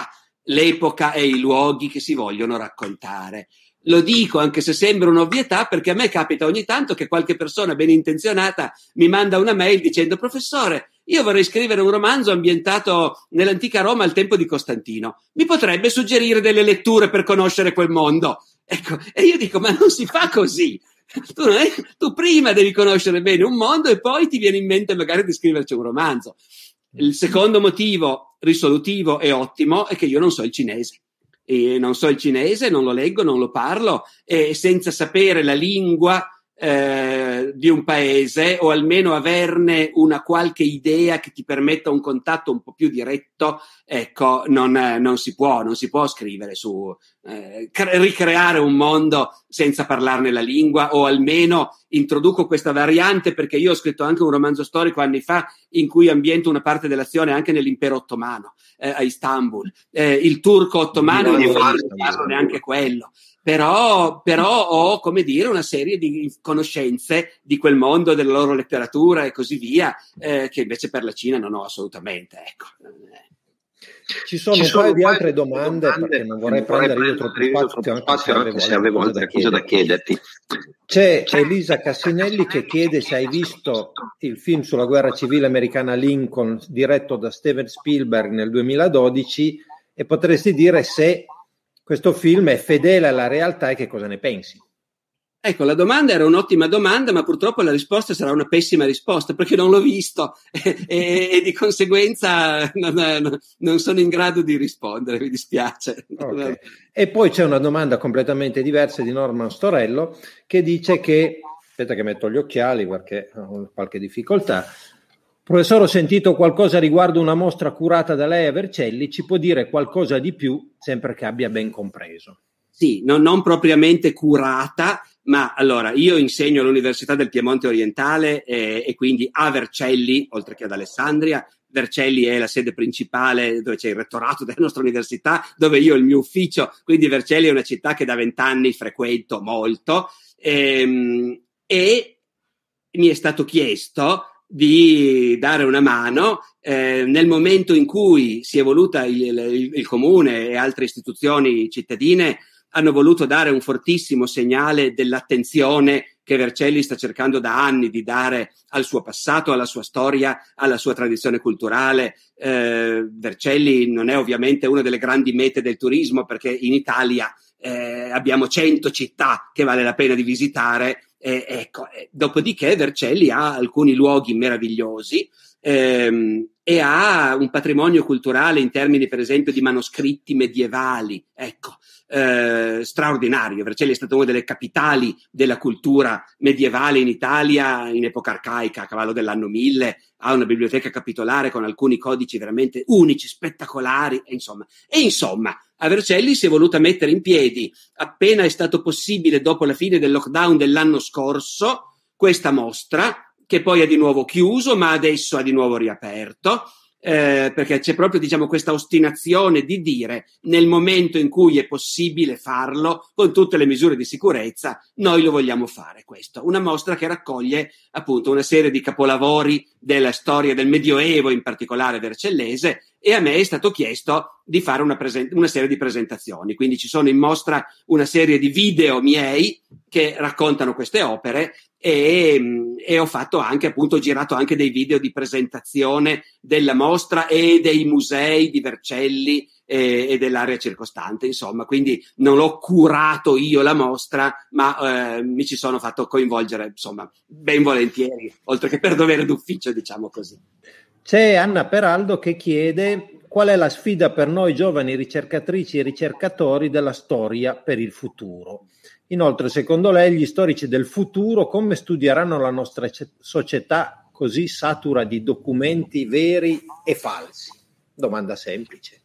l'epoca e i luoghi che si vogliono raccontare. Lo dico anche se sembra un'ovvietà, perché a me capita ogni tanto che qualche persona ben intenzionata mi manda una mail dicendo: professore, io vorrei scrivere un romanzo ambientato nell'antica Roma al tempo di Costantino, mi potrebbe suggerire delle letture per conoscere quel mondo? Ecco, e io dico: ma non si fa così. Tu, non è, tu prima devi conoscere bene un mondo e poi ti viene in mente magari di scriverci un romanzo. Il secondo motivo risolutivo e ottimo è che io non so il cinese. E non so il cinese, non lo leggo, non lo parlo, e senza sapere la lingua eh, di un paese, o almeno averne una qualche idea che ti permetta un contatto un po' più diretto, ecco, non, eh, non si può, non si può scrivere su, eh, cre- ricreare un mondo senza parlarne la lingua, o almeno introduco questa variante perché io ho scritto anche un romanzo storico anni fa in cui ambiento una parte dell'azione anche nell'impero ottomano, eh, a Istanbul. Eh, il turco ottomano non parlo neanche quello. Però, però ho, come dire, una serie di conoscenze di quel mondo, della loro letteratura e così via, eh, che invece per la Cina non ho assolutamente, ecco. Ci sono, Ci sono un paio di altre domande, domande perché non vorrei, non vorrei prendere io troppo spazio, spazio anche se avevo, se avevo altre cose da chiederti. C'è, C'è Elisa Cassinelli che chiede se hai visto il film sulla guerra civile americana Lincoln, diretto da Steven Spielberg nel duemiladodici, e potresti dire se questo film è fedele alla realtà e che cosa ne pensi. Ecco, la domanda era un'ottima domanda, ma purtroppo la risposta sarà una pessima risposta, perché non l'ho visto e, e, e di conseguenza non, non sono in grado di rispondere, mi dispiace. Okay. E poi c'è una domanda completamente diversa di Norman Storello, che dice che, aspetta che metto gli occhiali perché ho qualche difficoltà, professore, ho sentito qualcosa riguardo una mostra curata da lei a Vercelli, ci può dire qualcosa di più, sempre che abbia ben compreso? Sì, non, non propriamente curata, ma allora io insegno all'Università del Piemonte Orientale eh, e quindi a Vercelli, oltre che ad Alessandria. Vercelli è la sede principale dove c'è il rettorato della nostra università, dove io ho il mio ufficio, quindi Vercelli è una città che da vent'anni frequento molto, ehm, e mi è stato chiesto di dare una mano eh, nel momento in cui si è voluta il, il, il comune e altre istituzioni cittadine hanno voluto dare un fortissimo segnale dell'attenzione che Vercelli sta cercando da anni di dare al suo passato, alla sua storia, alla sua tradizione culturale. Eh, Vercelli non è ovviamente una delle grandi mete del turismo, perché in Italia eh, abbiamo cento città che vale la pena di visitare. Eh, ecco, eh, dopodiché Vercelli ha alcuni luoghi meravigliosi ehm, e ha un patrimonio culturale in termini, per esempio, di manoscritti medievali, ecco, eh, straordinario. Vercelli è stata una delle capitali della cultura medievale in Italia in epoca arcaica, a cavallo dell'anno mille, ha una biblioteca capitolare con alcuni codici veramente unici, spettacolari, e insomma, e insomma a Vercelli si è voluta mettere in piedi, appena è stato possibile dopo la fine del lockdown dell'anno scorso, questa mostra, che poi è di nuovo chiuso, ma adesso ha di nuovo riaperto, eh, perché c'è proprio, diciamo, questa ostinazione di dire, nel momento in cui è possibile farlo, con tutte le misure di sicurezza, noi lo vogliamo fare questo. Una mostra che raccoglie appunto una serie di capolavori della storia del Medioevo, in particolare vercellese, e a me è stato chiesto di fare una, presen- una serie di presentazioni. Quindi ci sono in mostra una serie di video miei che raccontano queste opere e, e ho fatto anche, appunto, ho girato anche dei video di presentazione della mostra e dei musei di Vercelli e, e dell'area circostante, insomma. Quindi non ho curato io la mostra, ma eh, mi ci sono fatto coinvolgere, insomma, ben volentieri, oltre che per dovere d'ufficio, diciamo così. C'è Anna Peraldo che chiede qual è la sfida per noi giovani ricercatrici e ricercatori della storia per il futuro. Inoltre, secondo lei, gli storici del futuro come studieranno la nostra società così satura di documenti veri e falsi? Domanda semplice.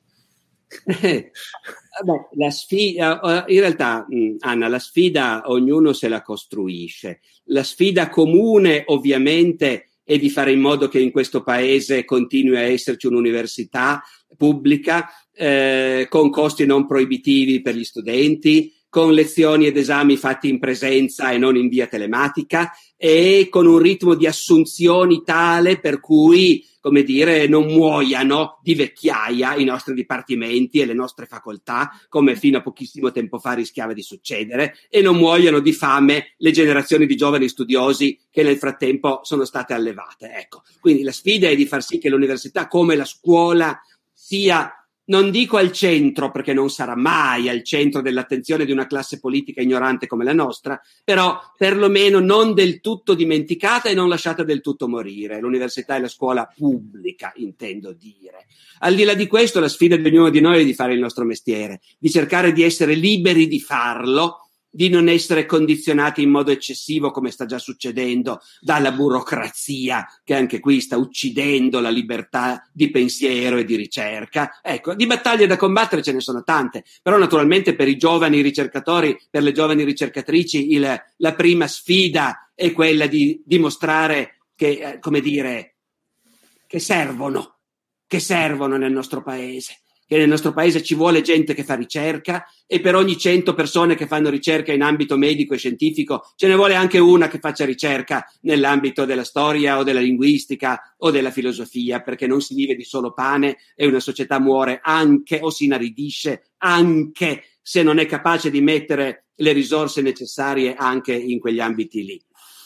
Eh, vabbè, la sfida, in realtà, Anna, la sfida ognuno se la costruisce. La sfida comune, ovviamente, e di fare in modo che in questo paese continui a esserci un'università pubblica eh, con costi non proibitivi per gli studenti, con lezioni ed esami fatti in presenza e non in via telematica, e con un ritmo di assunzioni tale per cui, come dire, non muoiano di vecchiaia i nostri dipartimenti e le nostre facoltà, come fino a pochissimo tempo fa rischiava di succedere, e non muoiano di fame le generazioni di giovani studiosi che nel frattempo sono state allevate. Ecco, quindi la sfida è di far sì che l'università, come la scuola, sia, non dico al centro, perché non sarà mai al centro dell'attenzione di una classe politica ignorante come la nostra, però perlomeno non del tutto dimenticata e non lasciata del tutto morire. L'università è la scuola pubblica, intendo dire. Al di là di questo, la sfida di ognuno di noi è di fare il nostro mestiere, di cercare di essere liberi di farlo, di non essere condizionati in modo eccessivo, come sta già succedendo, dalla burocrazia, che anche qui sta uccidendo la libertà di pensiero e di ricerca. Ecco, di battaglie da combattere ce ne sono tante, però naturalmente per i giovani ricercatori, per le giovani ricercatrici, il, la prima sfida è quella di dimostrare che, eh, come dire, che servono, che servono nel nostro paese. Che nel nostro paese ci vuole gente che fa ricerca, e per ogni cento persone che fanno ricerca in ambito medico e scientifico ce ne vuole anche una che faccia ricerca nell'ambito della storia o della linguistica o della filosofia, perché non si vive di solo pane e una società muore anche o si inaridisce anche se non è capace di mettere le risorse necessarie anche in quegli ambiti lì.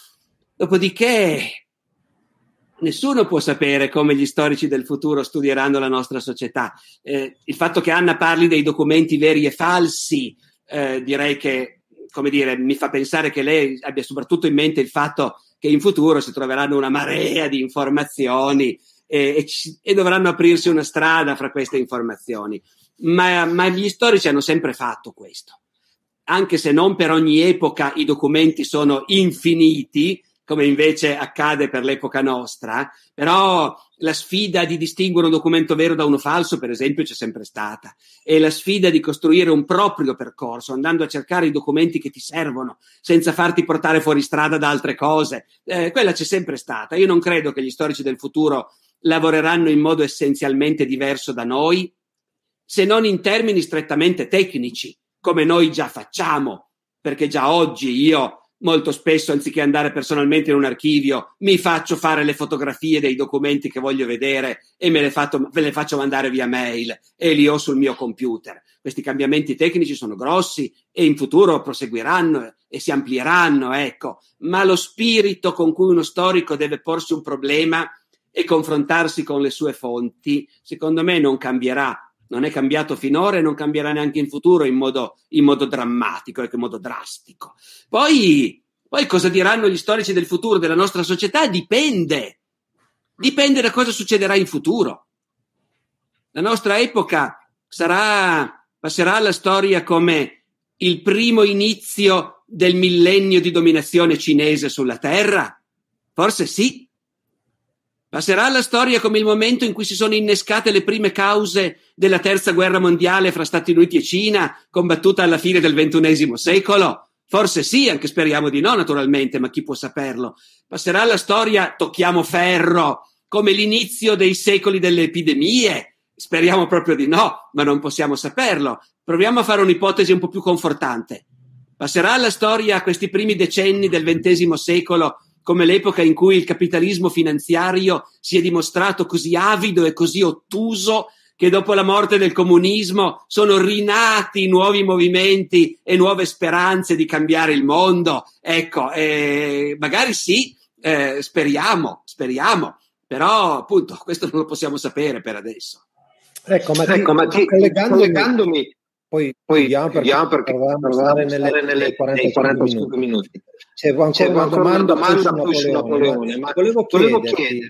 Dopodiché nessuno può sapere come gli storici del futuro studieranno la nostra società. Eh, il fatto che Anna parli dei documenti veri e falsi, eh, direi che, come dire, mi fa pensare che lei abbia soprattutto in mente il fatto che in futuro si troveranno una marea di informazioni e, e, e dovranno aprirsi una strada fra queste informazioni. Ma, ma gli storici hanno sempre fatto questo. Anche se non per ogni epoca i documenti sono infiniti, come invece accade per l'epoca nostra, però la sfida di distinguere un documento vero da uno falso, per esempio, c'è sempre stata, e la sfida di costruire un proprio percorso, andando a cercare i documenti che ti servono, senza farti portare fuori strada da altre cose, eh, quella c'è sempre stata. Io non credo che gli storici del futuro lavoreranno in modo essenzialmente diverso da noi, se non in termini strettamente tecnici, come noi già facciamo, perché già oggi io molto spesso, anziché andare personalmente in un archivio, mi faccio fare le fotografie dei documenti che voglio vedere e me le, fatto, me le faccio mandare via mail e li ho sul mio computer. Questi cambiamenti tecnici sono grossi e in futuro proseguiranno e si amplieranno, ecco. Ma lo spirito con cui uno storico deve porsi un problema e confrontarsi con le sue fonti, secondo me non cambierà. Non è cambiato finora e non cambierà neanche in futuro in modo, in modo drammatico e in modo drastico. Poi, poi cosa diranno gli storici del futuro della nostra società? Dipende. Dipende da cosa succederà in futuro. La nostra epoca sarà, passerà alla storia come il primo inizio del millennio di dominazione cinese sulla Terra? Forse sì. Passerà alla storia come il momento in cui si sono innescate le prime cause della terza guerra mondiale fra Stati Uniti e Cina, combattuta alla fine del ventunesimo secolo? Forse sì, anche speriamo di no, naturalmente, ma chi può saperlo? Passerà alla storia, tocchiamo ferro, come l'inizio dei secoli delle epidemie? Speriamo proprio di no, ma non possiamo saperlo. Proviamo a fare un'ipotesi un po' più confortante. Passerà alla storia questi primi decenni del ventesimo secolo come l'epoca in cui il capitalismo finanziario si è dimostrato così avido e così ottuso che dopo la morte del comunismo sono rinati nuovi movimenti e nuove speranze di cambiare il mondo. Ecco, eh, magari sì, eh, speriamo, speriamo, però appunto questo non lo possiamo sapere per adesso. Ecco, ma, ti, ecco, ma ti, collegandomi, collegandomi Poi, poi chiudiamo perché, perché dovevamo stare nelle, nelle quarantacinque minuti. C'è ancora, C'è una, ancora domanda una domanda poi su Napoleone, Napoleone ma volevo chiederti, chiederti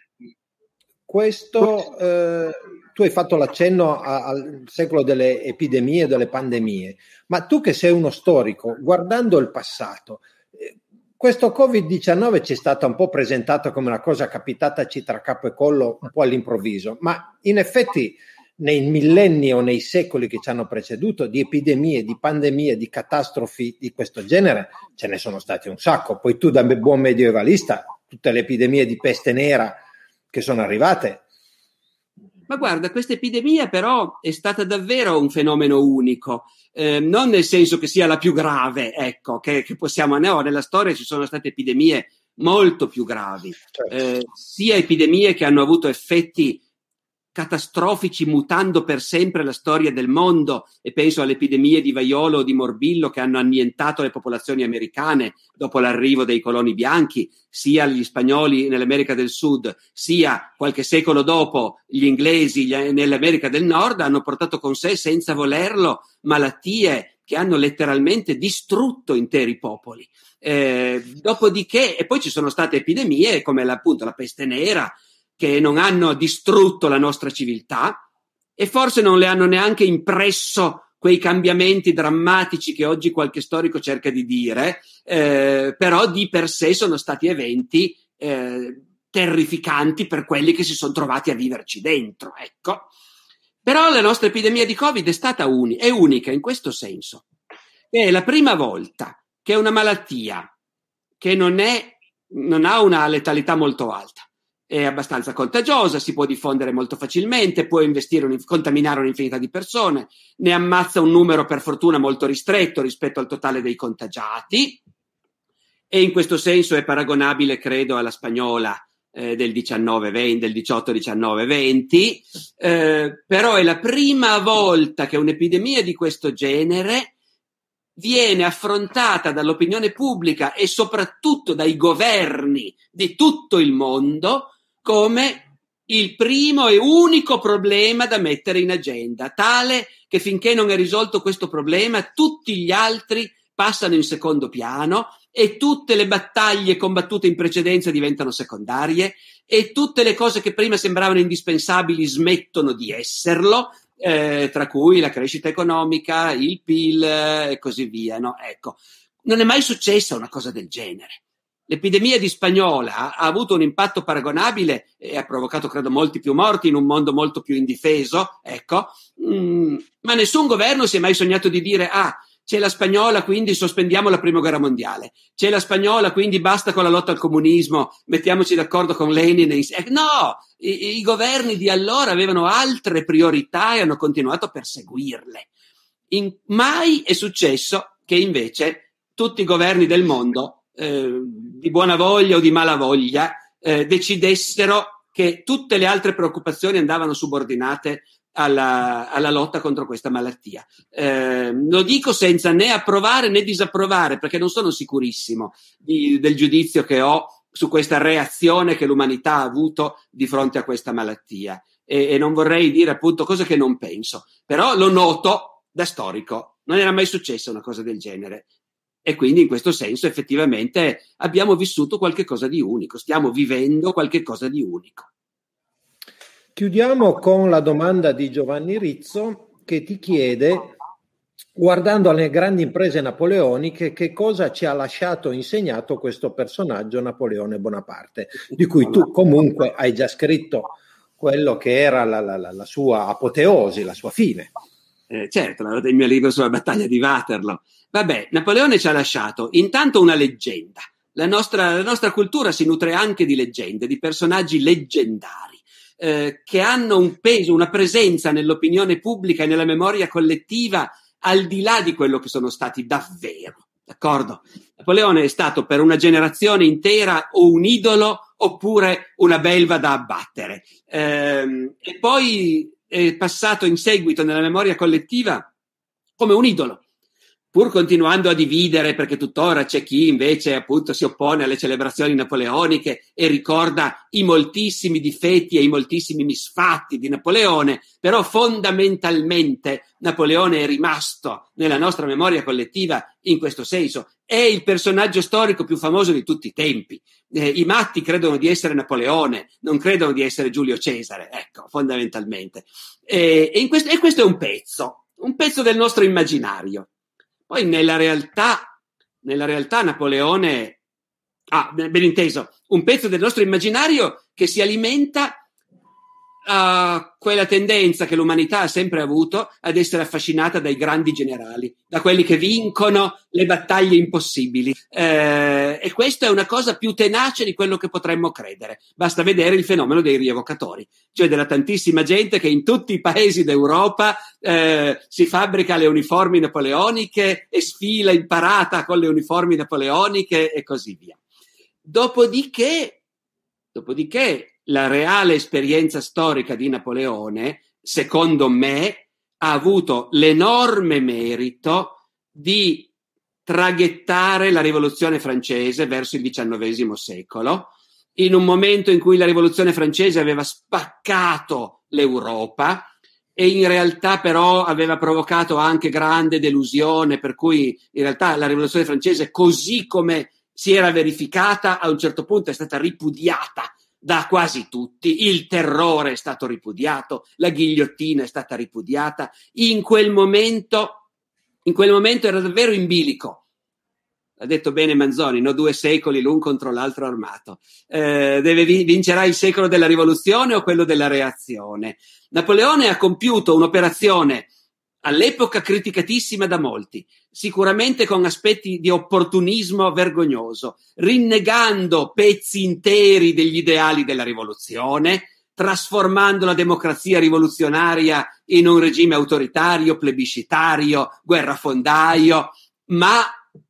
questo, eh, tu hai fatto l'accenno a, al secolo delle epidemie e delle pandemie, ma tu che sei uno storico, guardando il passato, eh, questo covid diciannove ci è stato un po' presentato come una cosa capitataci tra capo e collo un po' all'improvviso, ma in effetti nei millenni o nei secoli che ci hanno preceduto di epidemie, di pandemie, di catastrofi di questo genere ce ne sono stati un sacco. Poi tu da buon medioevalista, tutte le epidemie di peste nera che sono arrivate Ma guarda, questa epidemia però è stata davvero un fenomeno unico, eh, non nel senso che sia la più grave, ecco, che, che possiamo, no, nella storia ci sono state epidemie molto più gravi, certo. eh, sia epidemie che hanno avuto effetti catastrofici mutando per sempre la storia del mondo, e penso alle epidemie di vaiolo o di morbillo che hanno annientato le popolazioni americane dopo l'arrivo dei coloni bianchi, sia gli spagnoli nell'America del Sud, sia qualche secolo dopo gli inglesi nell'America del Nord, hanno portato con sé senza volerlo malattie che hanno letteralmente distrutto interi popoli. Eh, dopodiché, e poi ci sono state epidemie come la, appunto la peste nera, che non hanno distrutto la nostra civiltà e forse non le hanno neanche impresso quei cambiamenti drammatici che oggi qualche storico cerca di dire, eh, però di per sé sono stati eventi eh, terrificanti per quelli che si sono trovati a viverci dentro, ecco. Però la nostra epidemia di Covid è stata uni- è unica in questo senso. È la prima volta che una malattia che non è, non ha una letalità molto alta, è abbastanza contagiosa, si può diffondere molto facilmente, può investire un, contaminare un'infinità di persone, ne ammazza un numero per fortuna molto ristretto rispetto al totale dei contagiati, e in questo senso è paragonabile, credo, alla spagnola eh, del diciannove venti, del diciotto diciannove venti, eh, però è la prima volta che un'epidemia di questo genere viene affrontata dall'opinione pubblica e soprattutto dai governi di tutto il mondo come il primo e unico problema da mettere in agenda, tale che finché non è risolto questo problema tutti gli altri passano in secondo piano e tutte le battaglie combattute in precedenza diventano secondarie e tutte le cose che prima sembravano indispensabili smettono di esserlo, eh, tra cui la crescita economica, il P I L eh, e così via, no? Ecco, non è mai successa una cosa del genere. L'epidemia di spagnola ha avuto un impatto paragonabile e ha provocato, credo, molti più morti in un mondo molto più indifeso, ecco, mm, ma nessun governo si è mai sognato di dire ah, c'è la spagnola, quindi sospendiamo la prima guerra mondiale, c'è la spagnola, quindi basta con la lotta al comunismo, mettiamoci d'accordo con Lenin. E... no, i, i governi di allora avevano altre priorità e hanno continuato a perseguirle. In... mai è successo che invece tutti i governi del mondo Eh, di buona voglia o di mala voglia eh, decidessero che tutte le altre preoccupazioni andavano subordinate alla, alla lotta contro questa malattia. Eh, lo dico senza né approvare né disapprovare, perché non sono sicurissimo di, del giudizio che ho su questa reazione che l'umanità ha avuto di fronte a questa malattia e, e non vorrei dire appunto cose che non penso, però lo noto da storico, non era mai successa una cosa del genere. E quindi in questo senso effettivamente abbiamo vissuto qualche cosa di unico, stiamo vivendo qualche cosa di unico. Chiudiamo con la domanda di Giovanni Rizzo che ti chiede, guardando alle grandi imprese napoleoniche, che cosa ci ha lasciato e insegnato questo personaggio Napoleone Bonaparte, di cui tu comunque hai già scritto quello che era la, la, la sua apoteosi, la sua fine. Eh, certo, il mio libro sulla battaglia di Waterloo. Vabbè, Napoleone ci ha lasciato intanto una leggenda. La nostra, la nostra cultura si nutre anche di leggende, di personaggi leggendari, eh, che hanno un peso, una presenza nell'opinione pubblica e nella memoria collettiva al di là di quello che sono stati davvero. D'accordo? Napoleone è stato per una generazione intera o un idolo oppure una belva da abbattere. Eh, e poi è passato in seguito nella memoria collettiva come un idolo, pur continuando a dividere, perché tuttora c'è chi invece appunto si oppone alle celebrazioni napoleoniche e ricorda i moltissimi difetti e i moltissimi misfatti di Napoleone, però fondamentalmente Napoleone è rimasto nella nostra memoria collettiva in questo senso. È il personaggio storico più famoso di tutti i tempi. Eh, I matti credono di essere Napoleone, non credono di essere Giulio Cesare, ecco, fondamentalmente. E, e, in questo, e questo è un pezzo, un pezzo del nostro immaginario. Poi nella realtà, nella realtà Napoleone, ah, ben inteso, un pezzo del nostro immaginario che si alimenta a quella tendenza che l'umanità ha sempre avuto ad essere affascinata dai grandi generali, da quelli che vincono le battaglie impossibili. Eh, e questa è una cosa più tenace di quello che potremmo credere. Basta vedere il fenomeno dei rievocatori, cioè della tantissima gente che in tutti i paesi d'Europa eh, si fabbrica le uniformi napoleoniche e sfila in parata con le uniformi napoleoniche e così via. Dopodiché, dopodiché la reale esperienza storica di Napoleone, secondo me, ha avuto l'enorme merito di traghettare la rivoluzione francese verso il diciannovesimo secolo, in un momento in cui la rivoluzione francese aveva spaccato l'Europa e in realtà però aveva provocato anche grande delusione, per cui in realtà la rivoluzione francese, così come si era verificata, a un certo punto è stata ripudiata da quasi tutti. Il terrore è stato ripudiato, la ghigliottina è stata ripudiata. In quel momento, in quel momento era davvero in bilico. Ha detto bene Manzoni, no? Due secoli l'un contro l'altro armato. Eh, deve vi- vincerà il secolo della rivoluzione o quello della reazione? Napoleone ha compiuto un'operazione all'epoca criticatissima da molti, sicuramente con aspetti di opportunismo vergognoso, rinnegando pezzi interi degli ideali della rivoluzione, trasformando la democrazia rivoluzionaria in un regime autoritario, plebiscitario, guerrafondaio, ma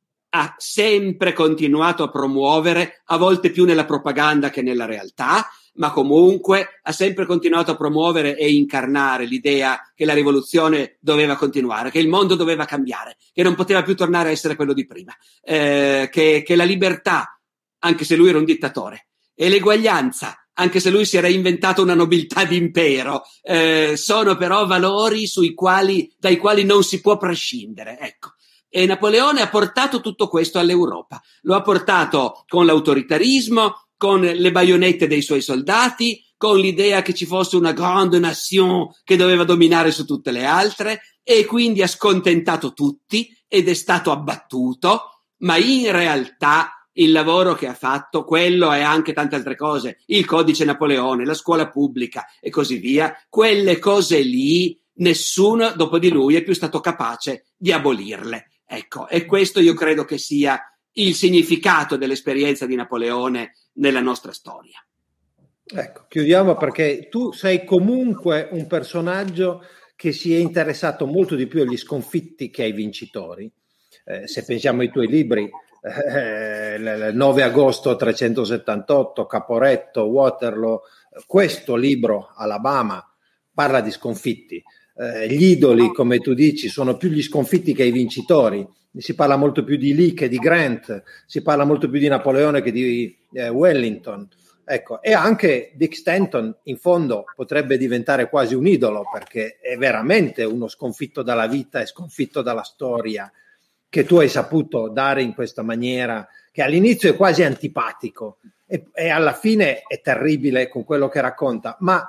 ha sempre continuato a promuovere, a volte più nella propaganda che nella realtà, ma comunque ha sempre continuato a promuovere e incarnare l'idea che la rivoluzione doveva continuare, che il mondo doveva cambiare, che non poteva più tornare a essere quello di prima, eh, che, che la libertà, anche se lui era un dittatore, e l'eguaglianza, anche se lui si era inventato una nobiltà d'impero, eh, sono però valori sui quali, dai quali non si può prescindere, ecco. E Napoleone ha portato tutto questo all'Europa, lo ha portato con l'autoritarismo, con le baionette dei suoi soldati, con l'idea che ci fosse una grande nation che doveva dominare su tutte le altre, e quindi ha scontentato tutti ed è stato abbattuto, ma in realtà il lavoro che ha fatto, quello e anche tante altre cose, il codice Napoleone, la scuola pubblica e così via, quelle cose lì nessuno dopo di lui è più stato capace di abolirle. Ecco, e questo io credo che sia il significato dell'esperienza di Napoleone nella nostra storia. Ecco, chiudiamo perché tu sei comunque un personaggio che si è interessato molto di più agli sconfitti che ai vincitori. Eh, se pensiamo ai tuoi libri, eh, il nove agosto trecentosettantotto, Caporetto, Waterloo, questo libro, Alabama, parla di sconfitti. Eh, gli idoli, come tu dici, sono più gli sconfitti che i vincitori. Si parla molto più di Lee che di Grant, si parla molto più di Napoleone che di eh, Wellington. Ecco, e anche Dick Stanton in fondo potrebbe diventare quasi un idolo, perché è veramente uno sconfitto dalla vita e sconfitto dalla storia, che tu hai saputo dare in questa maniera, che all'inizio è quasi antipatico e, e alla fine è terribile con quello che racconta, ma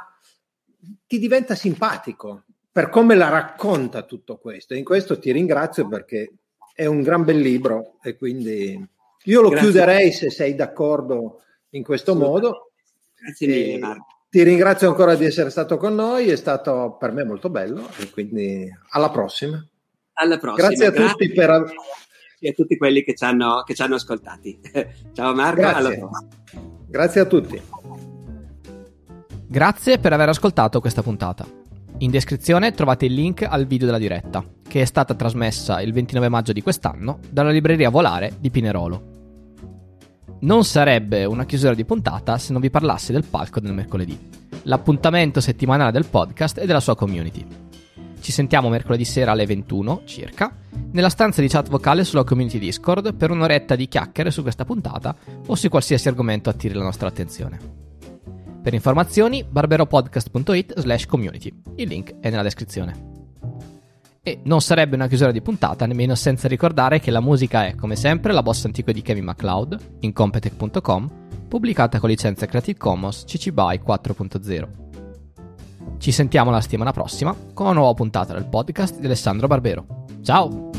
ti diventa simpatico per come la racconta tutto questo. E in questo ti ringrazio, perché è un gran bel libro e quindi io lo Grazie. Chiuderei, se sei d'accordo, in questo modo. Grazie mille, Marco. Ti ringrazio ancora di essere stato con noi, è stato per me molto bello e quindi alla prossima. Alla prossima. Grazie a Grazie. tutti per e a tutti quelli che ci hanno, che ci hanno ascoltati. Ciao Marco, Grazie. alla prossima. Grazie a tutti. Grazie per aver ascoltato questa puntata. In descrizione trovate il link al video della diretta, che è stata trasmessa il ventinove maggio di quest'anno dalla libreria Volare di Pinerolo. Non sarebbe una chiusura di puntata se non vi parlassi del palco del mercoledì, l'appuntamento settimanale del podcast e della sua community. Ci sentiamo mercoledì sera alle ventuno circa, nella stanza di chat vocale sulla community Discord per un'oretta di chiacchiere su questa puntata o su qualsiasi argomento attiri la nostra attenzione. Per informazioni barberopodcast.it slash community, il link è nella descrizione. E non sarebbe una chiusura di puntata nemmeno senza ricordare che la musica è, come sempre, la bossa antiqua di Kevin MacLeod, in Competech punto com, pubblicata con licenza Creative Commons C C B Y quattro punto zero. Ci sentiamo la settimana prossima con una nuova puntata del podcast di Alessandro Barbero. Ciao!